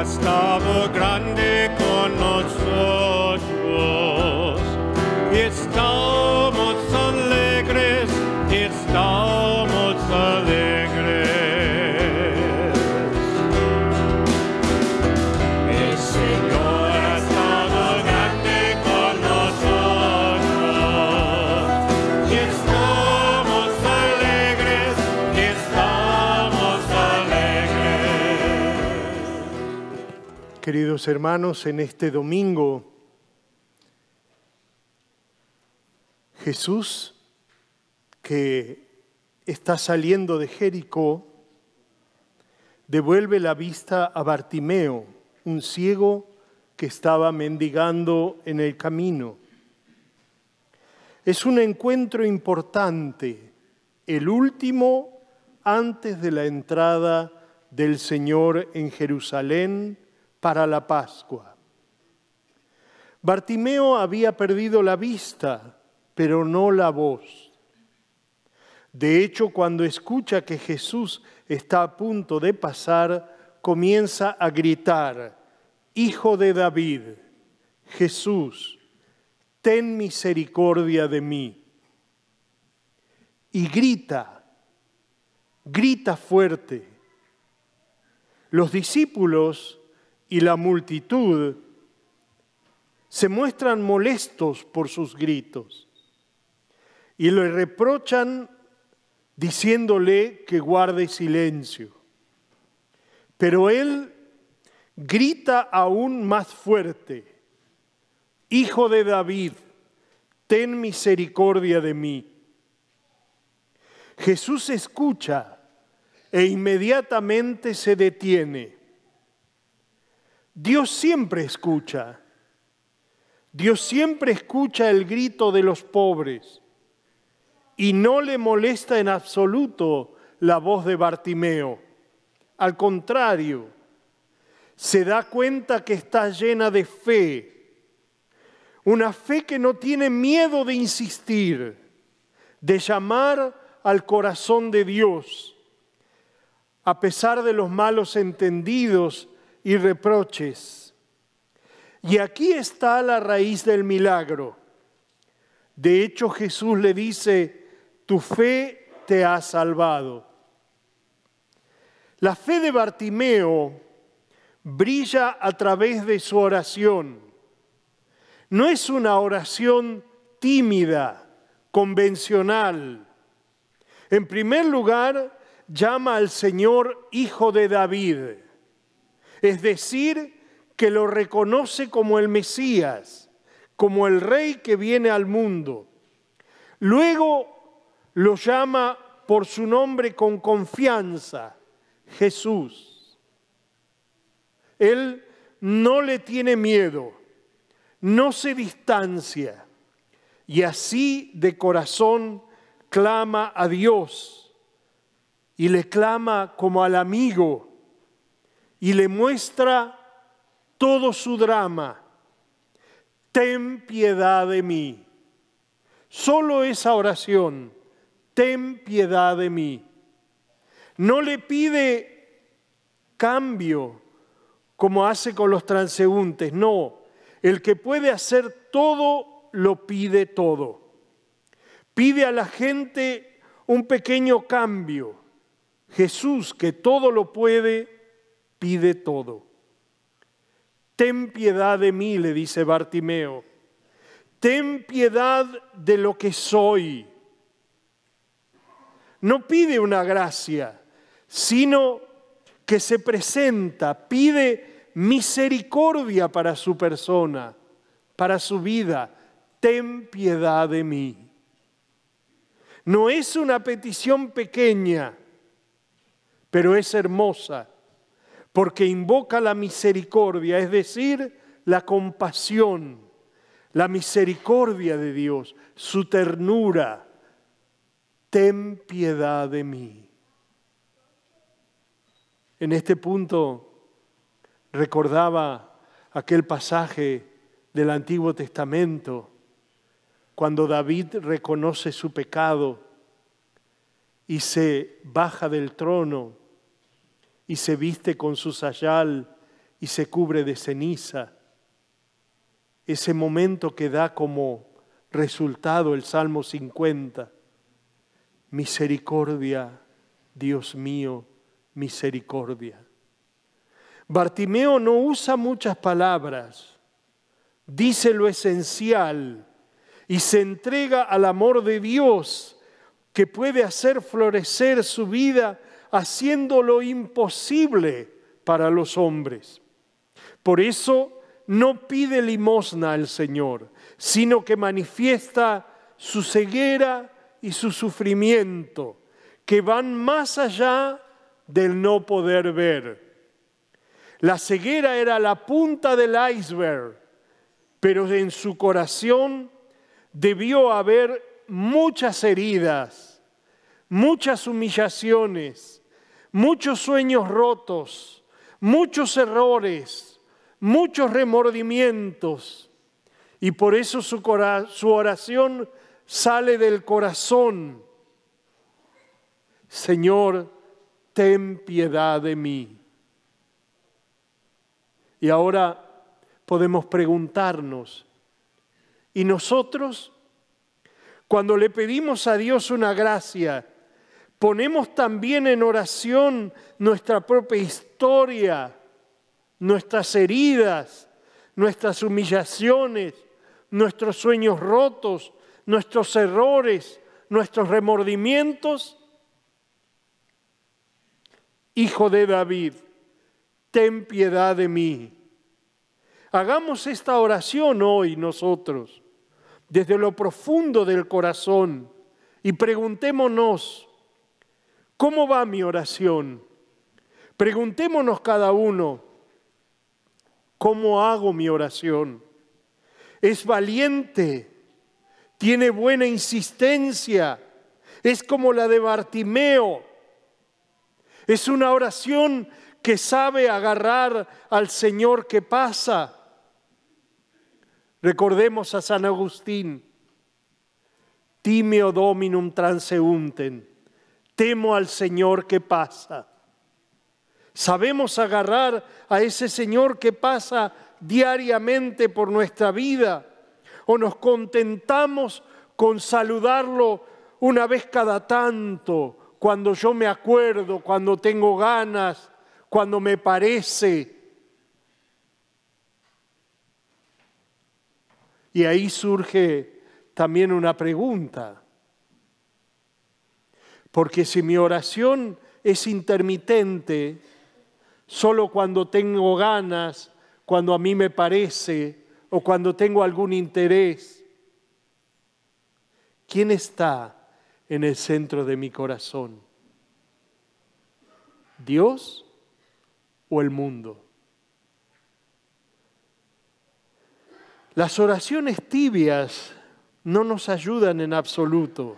ha estado grande con nosotros y estamos alegres, estamos alegres. El Señor ha estado grande con nosotros y estamos alegres, estamos alegres. Queridos hermanos, en este domingo, Jesús, que está saliendo de Jericó, devuelve la vista a Bartimeo, un ciego que estaba mendigando en el camino. Es un encuentro importante, el último antes de la entrada del Señor en Jerusalén para la Pascua. Bartimeo había perdido la vista, pero no la voz. De hecho, cuando escucha que Jesús está a punto de pasar, comienza a gritar: Hijo de David, Jesús, ten misericordia de mí. Y grita fuerte. Los discípulos y la multitud se muestran molestos por sus gritos y le reprochan diciéndole que guarde silencio. Pero él grita aún más fuerte: Hijo de David, ten misericordia de mí. Jesús escucha e inmediatamente se detiene. Dios siempre escucha. Dios siempre escucha el grito de los pobres y no le molesta en absoluto la voz de Bartimeo. Al contrario, se da cuenta que está llena de fe, una fe que no tiene miedo de insistir, de llamar al corazón de Dios, a pesar de los malos entendidos y reproches. Y aquí está la raíz del milagro. De hecho, Jesús le dice: tu fe te ha salvado. La fe de Bartimeo brilla a través de su oración. No es una oración tímida, convencional. En primer lugar, llama al Señor Hijo de David, es decir, que lo reconoce como el Mesías, como el Rey que viene al mundo. Luego lo llama por su nombre con confianza: Jesús. Él no le tiene miedo, no se distancia y así de corazón clama a Dios y le clama como al amigo y le muestra todo su drama. Ten piedad de mí. Solo esa oración: ten piedad de mí. No le pide cambio como hace con los transeúntes. No, el que puede hacer todo, lo pide todo. Pide a la gente un pequeño cambio. Jesús, que todo lo puede, pide todo. Ten piedad de mí, le dice Bartimeo. Ten piedad de lo que soy. No pide una gracia, sino que se presenta, pide misericordia para su persona, para su vida. Ten piedad de mí. No es una petición pequeña, pero es hermosa, porque invoca la misericordia, es decir, la compasión, la misericordia de Dios, su ternura. Ten piedad de mí. En este punto recordaba aquel pasaje del Antiguo Testamento, cuando David reconoce su pecado y se baja del trono y se viste con su sayal y se cubre de ceniza. Ese momento que da como resultado el Salmo 50. Misericordia, Dios mío, misericordia. Bartimeo no usa muchas palabras, dice lo esencial y se entrega al amor de Dios que puede hacer florecer su vida haciendo lo imposible para los hombres. Por eso no pide limosna al Señor, sino que manifiesta su ceguera y su sufrimiento, que van más allá del no poder ver. La ceguera era la punta del iceberg, pero en su corazón debió haber muchas heridas, muchas humillaciones, muchos sueños rotos, muchos errores, muchos remordimientos. Y por eso su oración sale del corazón. Señor, ten piedad de mí. Y ahora podemos preguntarnos, ¿y nosotros? Cuando le pedimos a Dios una gracia, ¿ponemos también en oración nuestra propia historia, nuestras heridas, nuestras humillaciones, nuestros sueños rotos, nuestros errores, nuestros remordimientos? Hijo de David, ten piedad de mí. Hagamos esta oración hoy nosotros, desde lo profundo del corazón, y preguntémonos, ¿cómo va mi oración? Preguntémonos cada uno, ¿cómo hago mi oración? ¿Es valiente? ¿Tiene buena insistencia? ¿Es como la de Bartimeo? ¿Es una oración que sabe agarrar al Señor que pasa? Recordemos a San Agustín, timeo dominum transeuntem, temo al Señor que pasa. ¿Sabemos agarrar a ese Señor que pasa diariamente por nuestra vida? ¿O nos contentamos con saludarlo una vez cada tanto, cuando yo me acuerdo, cuando tengo ganas, cuando me parece? Y ahí surge también una pregunta. Porque si mi oración es intermitente, solo cuando tengo ganas, cuando a mí me parece o cuando tengo algún interés, ¿quién está en el centro de mi corazón? ¿Dios o el mundo? Las oraciones tibias no nos ayudan en absoluto.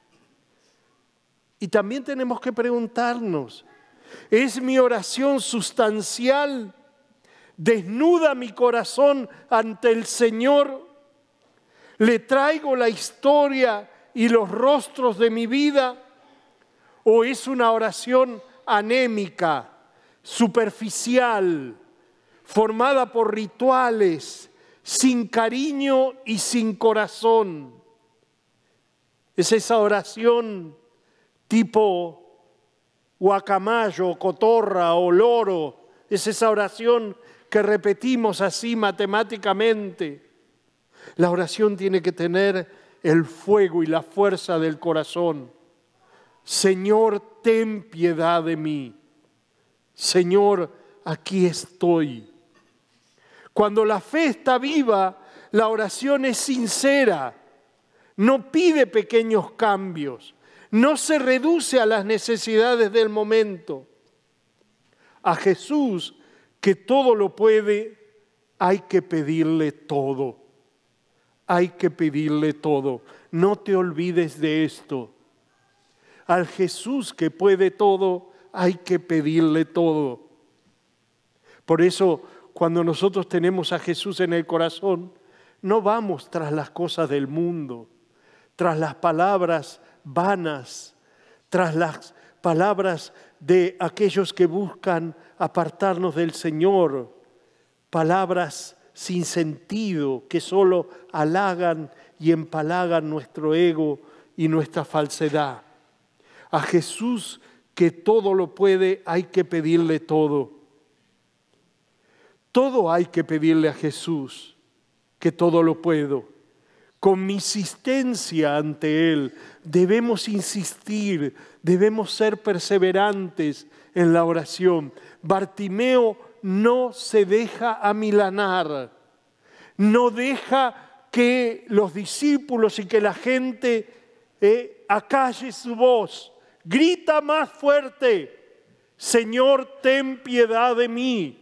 Y también tenemos que preguntarnos, ¿es mi oración sustancial? ¿Desnuda mi corazón ante el Señor? ¿Le traigo la historia y los rostros de mi vida? ¿O es una oración anémica, superficial, formada por rituales, sin cariño y sin corazón? Es esa oración tipo guacamayo, cotorra o loro. Es esa oración que repetimos así matemáticamente. La oración tiene que tener el fuego y la fuerza del corazón. Señor, ten piedad de mí. Señor, aquí estoy. Cuando la fe está viva, la oración es sincera, no pide pequeños cambios, no se reduce a las necesidades del momento. A Jesús, que todo lo puede, hay que pedirle todo. Hay que pedirle todo. No te olvides de esto. Al Jesús que puede todo, hay que pedirle todo. Por eso, cuando nosotros tenemos a Jesús en el corazón, no vamos tras las cosas del mundo, tras las palabras vanas, tras las palabras de aquellos que buscan apartarnos del Señor, palabras sin sentido que solo halagan y empalagan nuestro ego y nuestra falsedad. A Jesús, que todo lo puede, hay que pedirle todo. Todo hay que pedirle a Jesús, que todo lo puedo. Con mi insistencia ante Él, debemos insistir, debemos ser perseverantes en la oración. Bartimeo no se deja amilanar, no deja que los discípulos y que la gente acalle su voz. Grita más fuerte: Señor, ten piedad de mí.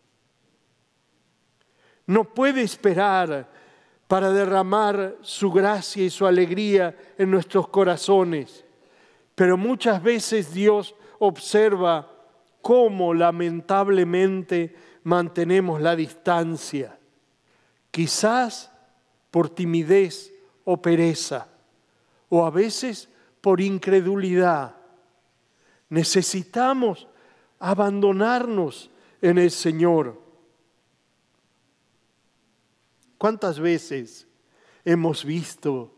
No puede esperar para derramar su gracia y su alegría en nuestros corazones. Pero muchas veces Dios observa cómo lamentablemente mantenemos la distancia. Quizás por timidez o pereza, o a veces por incredulidad. Necesitamos abandonarnos en el Señor. ¿Cuántas veces hemos visto?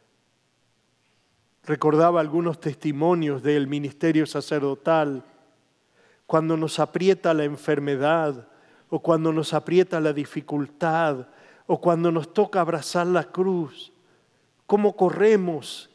Recordaba algunos testimonios del ministerio sacerdotal, cuando nos aprieta la enfermedad, o cuando nos aprieta la dificultad, o cuando nos toca abrazar la cruz, cómo corremos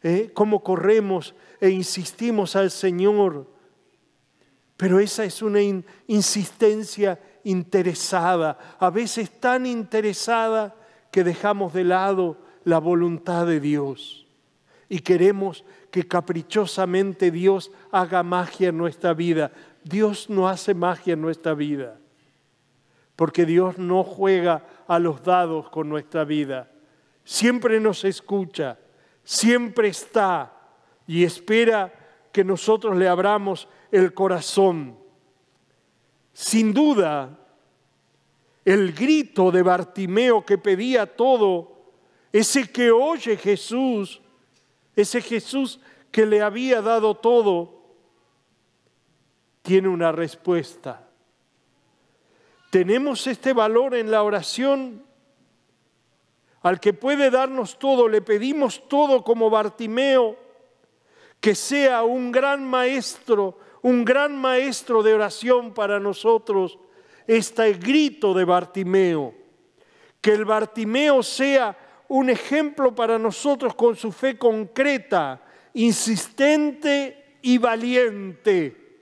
e insistimos al Señor. Pero esa es una insistencia interesada, a veces tan interesada que dejamos de lado la voluntad de Dios y queremos que caprichosamente Dios haga magia en nuestra vida. Dios no hace magia en nuestra vida, porque Dios no juega a los dados con nuestra vida. Siempre nos escucha, siempre está y espera que nosotros le abramos el corazón. Sin duda, el grito de Bartimeo que pedía todo, ese que oye Jesús, ese Jesús que le había dado todo, tiene una respuesta. Tenemos este valor en la oración. Al que puede darnos todo, le pedimos todo como Bartimeo, que sea un gran maestro de oración para nosotros, este grito de Bartimeo. Que el Bartimeo sea un ejemplo para nosotros con su fe concreta, insistente y valiente.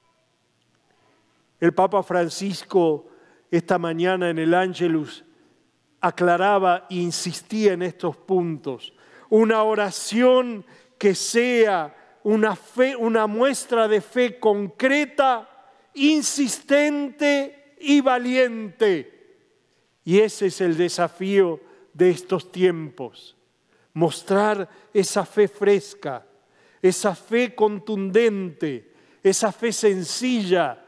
El Papa Francisco esta mañana en el Ángelus aclaraba e insistía en estos puntos. Una oración que sea una muestra de fe concreta, insistente y valiente. Y ese es el desafío de estos tiempos. Mostrar esa fe fresca, esa fe contundente, esa fe sencilla.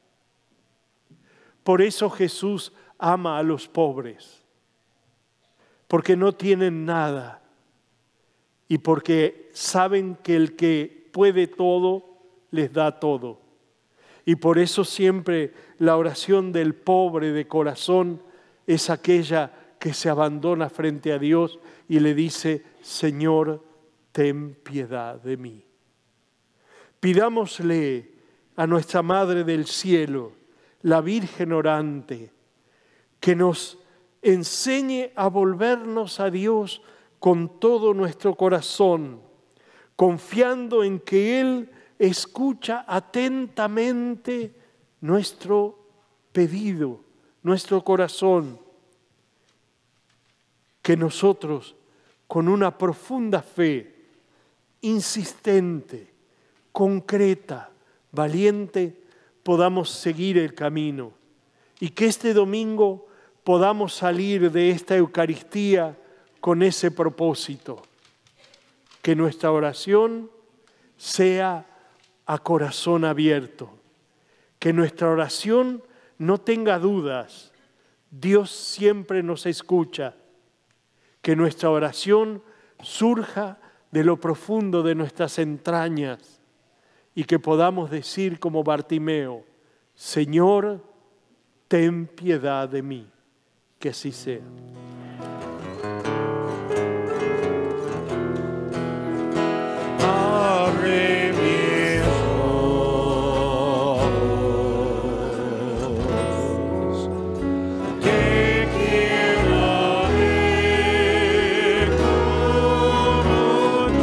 Por eso Jesús ama a los pobres, porque no tienen nada y porque saben que el que puede todo les da todo. Y por eso siempre la oración del pobre de corazón es aquella que se abandona frente a Dios y le dice: Señor, ten piedad de mí. Pidámosle a nuestra Madre del Cielo, la Virgen orante, que nos enseñe a volvernos a Dios con todo nuestro corazón, confiando en que Él escucha atentamente nuestro pedido, nuestro corazón. Que nosotros, con una profunda fe, insistente, concreta, valiente, podamos seguir el camino. Y que este domingo podamos salir de esta Eucaristía con ese propósito. Que nuestra oración sea a corazón abierto. Que nuestra oración no tenga dudas. Dios siempre nos escucha. Que nuestra oración surja de lo profundo de nuestras entrañas y que podamos decir como Bartimeo: Señor, ten piedad de mí. Que así sea. Abre mis ojos, que quiero ver como tú.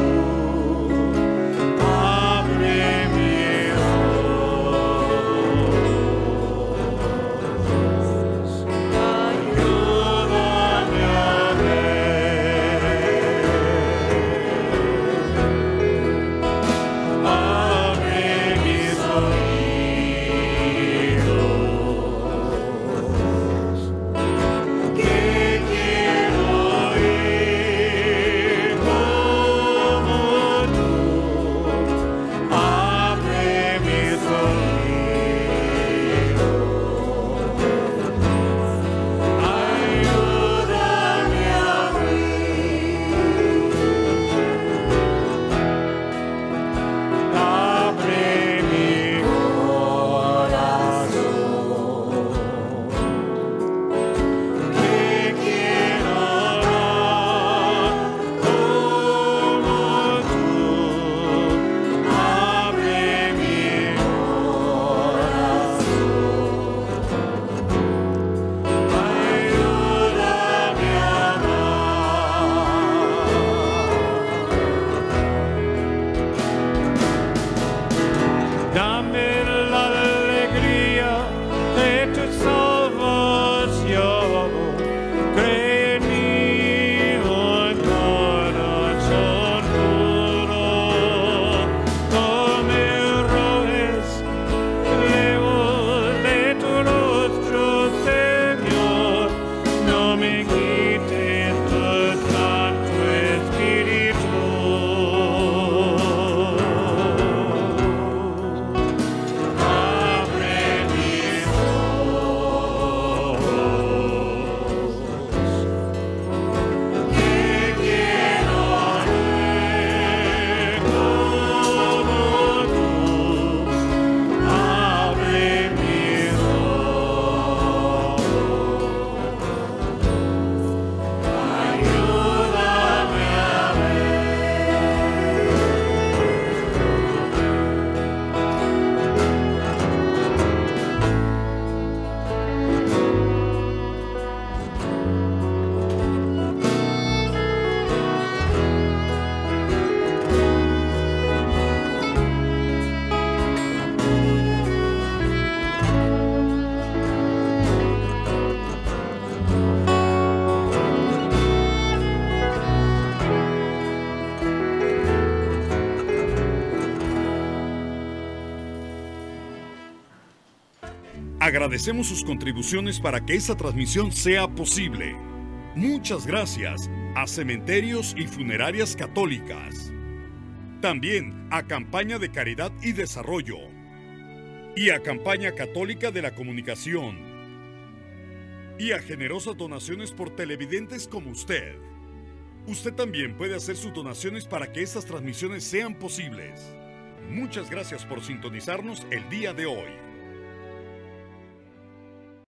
Abre mis ojos, ayúdame a ver. Abre mis oídos, que quiero oír como tú. Abre mis oídos, ayúdame a abre mi corazón, que quiero orar como tú. Abre mi corazón, ayúdame a dame la alegría de tu salvación, cree en mí un corazón puro, no me rojes lejos de tu rostro, Señor, no me quites tu Santo Espíritu. Abre mis ojos, que quiero ver como tú. Abre mis ojos, ayúdame a Agradecemos sus contribuciones para que esta transmisión sea posible. Muchas gracias a Cementerios y Funerarias Católicas. También a Campaña de Caridad y Desarrollo. Y a Campaña Católica de la Comunicación. Y a generosas donaciones por televidentes como usted. Usted también puede hacer sus donaciones para que estas transmisiones sean posibles. Muchas gracias por sintonizarnos el día de hoy.